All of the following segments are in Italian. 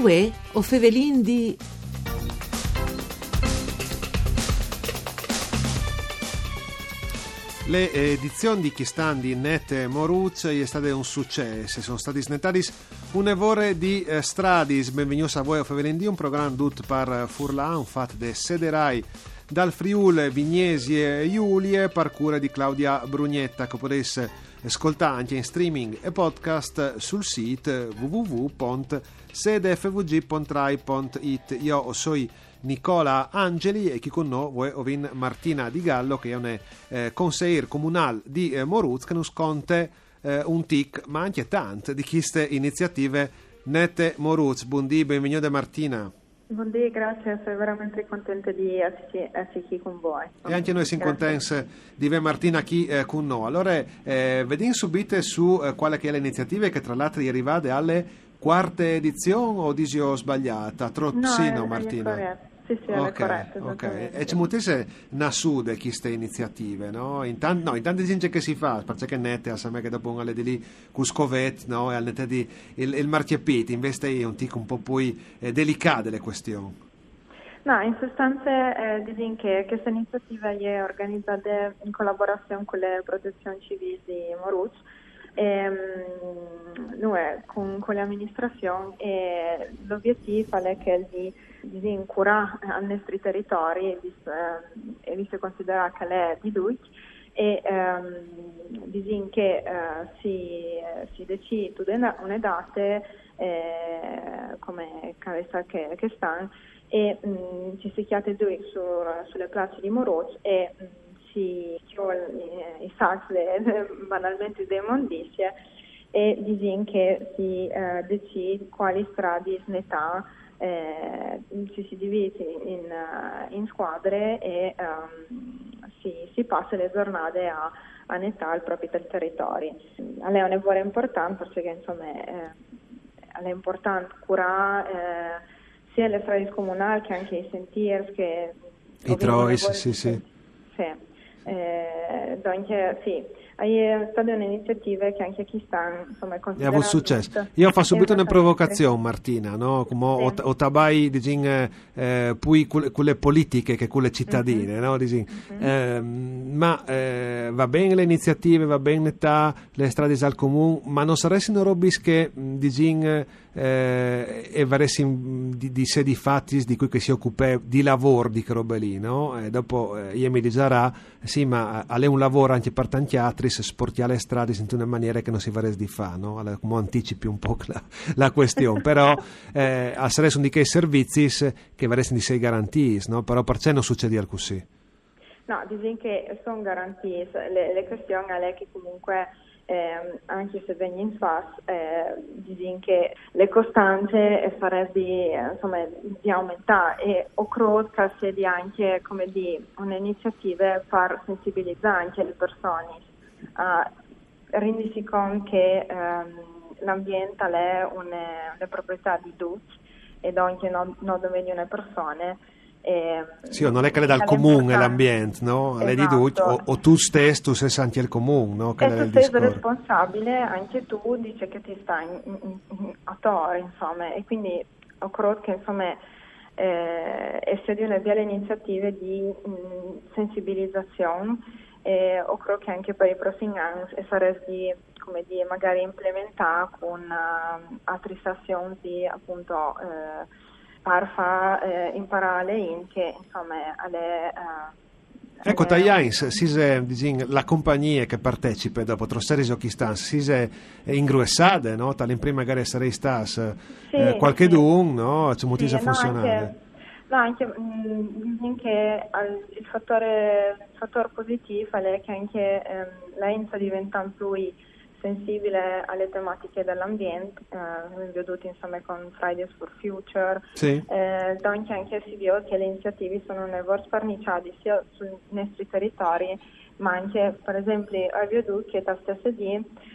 Uè, o fevelin di... Le edizioni di Chi stan di Net Moruz è stato un successo, sono stati snettati un'evore di stradis. Benvenuti a voi a Fevelin, un programma tutto per Furlan, un fatto de Sederai dal Friuli, Vignesi e Giulie, per cura di Claudia Brugnetta, che potesse ascoltare anche in streaming e podcast sul sito www.sedefvg.rai.it. Io sono Nicola Angeli e chi con noi è Ovin Martina Di Gallo, che è un consigliere comunale di Moruz, che nos conta un tic, ma anche tante di queste iniziative nette Moruz. Buondì, benvenuta Martina. Buondì, grazie, sono veramente contenta di essere qui con voi. E anche noi siamo contenti di avere Martina qui con noi. Allora, vediamo subito su quale che è l'iniziativa che tra l'altro è arrivata alle quarte edizione o disio sbagliata? Trozzino, Martina? È sì, è corretto. Ok. E ci mutesse nasude queste iniziative, no? In tante gente che si fa, perché nette, a me che dopo alle di lì Cuscovet, no? E al nette di il marchiapiti, invece è un tic un po' poi delicate le questioni. No, in sostanza dicono che questa iniziativa è organizzata in collaborazione con le protezioni civili di Moruz, noi con l'amministrazione, e l'obiettivo è che di incurare ai nostri territori e visto considerare che è di lui e dicono che si decide una data come cabeza che stanno e ci si chiede due sulle piazze di Moruz e i sax banalmente le immondizie e dicono che si decide quali strade in età ci si divide in squadre e si passa le giornate a età al proprio territorio. È un lavoro importante perché insomma è importante curare sia le strade comunali che anche i sentieri che i trois, sì. Dunque sì, è stata un'iniziativa che anche chi sta insomma è avuto successo. Io faccio subito una provocazione, Martina, no? Come sì. o tabai poi quelle politiche che quelle cittadine, no? Ma va bene le iniziative, va bene le strade al comune, ma non sarebbero robis che e varessi di sedi fatti di cui che si occupa di lavoro di che robe lì, no? E dopo io mi dirà sì, ma è un lavoro anche per tanti altri se sportiamo le strade in una maniera che non si varesse di fare, no? Allora, come anticipi un po' la questione, però sarebbero di quei servizi che varessero di sei garantiti, no? Però perché non succede così? No, dicono che sono garantiti, le questioni è che comunque anche se vengono in fas, dicono che le costanze sarebbero di aumentare e o credo che sia anche come di un'iniziativa per sensibilizzare anche le persone a rendersi conto che l'ambiente è una proprietà di tutti e anche non dove una persona. Sì, non è che le dà il comune l'ambiente, no? Esatto. Le di tutti, o tu stesso tu sei anche il comune, no? Che e tu sei responsabile, anche tu dice che ti stai attorno, insomma, e quindi ho creduto che insomma sia di una delle iniziative di sensibilizzazione e ho creduto che anche per i prossimi anni saresti come di magari implementare con altre stazioni di appunto per far imparare che insomma ecco, Tagliains, la compagnia che partecipa dopo Trosseri Zocchistan, si è ingruessata, no? Tale in prima magari sarei stas qualche dun, no? C'è motivo a funzionare. Anche il fattore positivo è che anche lei sta diventando più sensibile alle tematiche dell'ambiente, abbiamo veduto insomma con Fridays for Future, sì. Anche si vede che le iniziative sono sparniciate sia sui nostri territori, ma anche per esempio abbiamo veduto che da stessa dì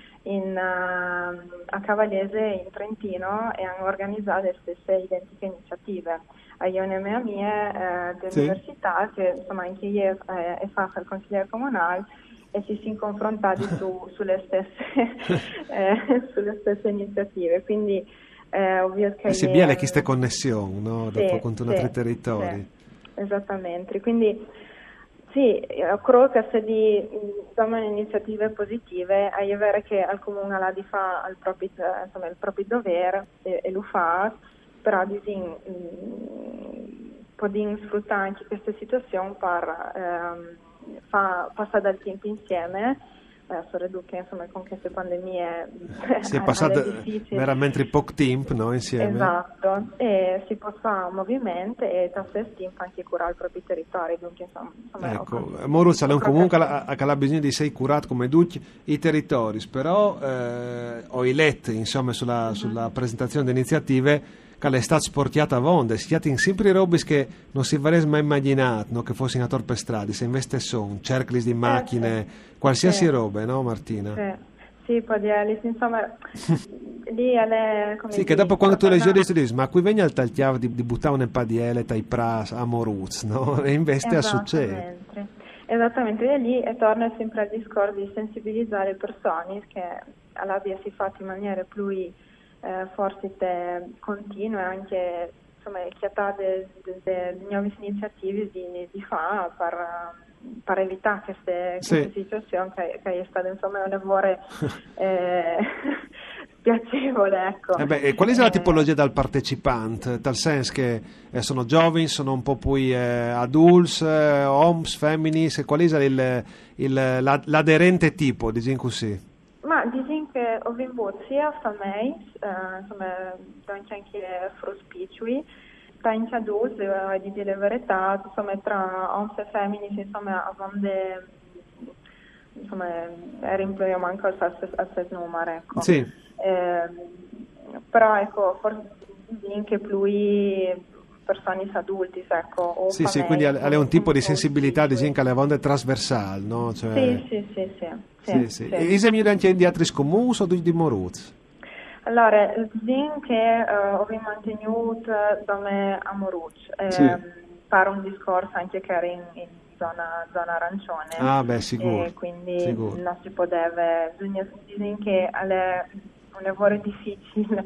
a Cavallese in Trentino e hanno organizzato le stesse identiche iniziative. Io una mia dell'università che insomma anche io è fatta il consigliere comunale e si sono confrontati sulle stesse iniziative, quindi ovvio che si biele queste connessioni, no? Dopo con altri territori. Sì, esattamente, quindi sì, credo che se di iniziative positive, è vero che al comune la di fa il proprio dovere e lo fa, però può sfruttare anche questa situazione per passare del tempo insieme. Adesso che insomma con queste pandemie si è passato veramente poco tempo, no, insieme. Esatto, e si può fare movimento e da stesso tempo anche curare il proprio territorio, dunque insomma ecco, Moruz è un comune che ha bisogno di essere curato come tutti i territori, però ho letto insomma sulla presentazione di iniziative che è stata sportiata a vonde, si chiamano sempre robe che non si avrebbe mai immaginato, no? Che fossero a torpe strade, se investe sono cercli di macchine, qualsiasi robe, no Martina? Sì, poi insomma lì è come che dopo quando tu leggi dici, ma qui viene al tagliavo di buttare un padiele dai pras a Moruz, no? E investe a succedere. Esattamente, e lì torna sempre al discorso di sensibilizzare le persone che all'abbia si fatto in maniera più forse continue, anche insomma chiatate di nuove iniziative di fare per evitare queste situazioni che è stato insomma un lavoro spiacevole, ecco. E qual è la tipologia del partecipante? Tal senso che sono giovani, sono un po' più adulti, homes, femminis, qual è l'aderente tipo, diciamo così? Ma diciamo che ho vinto sia famiglie, insomma, anche fruspicui, tanti adulti, di dire la verità, insomma, tra uomini e femmine, insomma, insomma, riempiamo anche al stesso numero, ecco. Sì. Però, ecco, forse anche più persone adulti, ecco. Sì, quindi è un tipo di sensibilità, diciamo, che alle volte è trasversale, no? Cioè... Sì. E esami anche di altri comuni o di Moruz? Allora, diciamo che ho mantenuto a Moruz, per un discorso anche che era in zona arancione. Ah, beh, sicuro. E quindi non si poteva, diciamo che è un lavoro difficile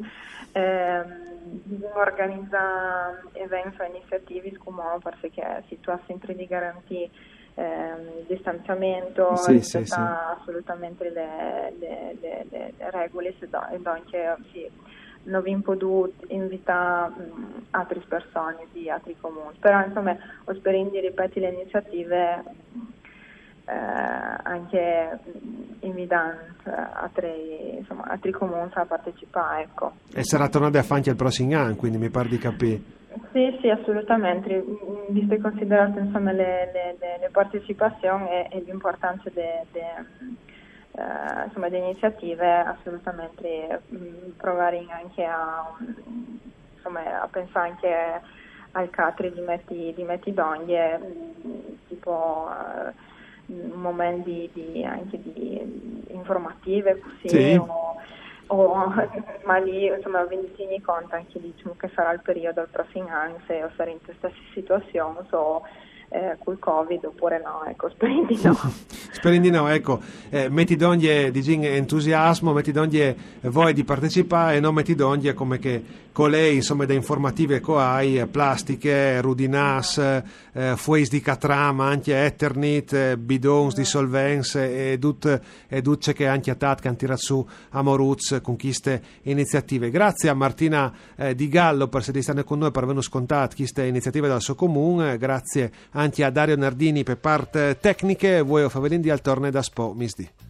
organizzare eventi o iniziative come perché si tratta sempre di garantire il distanziamento, rispettare assolutamente le regole e anche non abbiamo potuto invitare altre persone di altri comuni, però insomma ho sperato di ripetere le iniziative anche invitando altri comuni a partecipare, ecco. E sarà tornata a fare anche il prossimo anno, quindi mi pare di capire. Sì, assolutamente, visto e considerato insomma le partecipazioni e l'importanza insomma di iniziative, assolutamente provare anche a pensare anche al catri di metti d'oglie, tipo momenti anche di informative così, ma lì insomma tieni conto anche diciamo che sarà il periodo al prossimo anno, se sarà in questa situazione col Covid oppure no, ecco, speri di no, ecco, metti d'ogni entusiasmo, metti d'ogni voglia di partecipare e non metti d'ogni come che con lei insomma da informative hai plastiche, rudinas, fuois di catrama, anche Eternit, bidons di solvenze e duce che anche a Tat che han tirato su a Moruz con queste iniziative. Grazie a Martina Di Gallo per essere stata con noi, per averci scontato queste iniziative dal suo comune, grazie anche a Dario Nardini per parte tecniche, voi o Favelin di Altorne da Spo Misdi.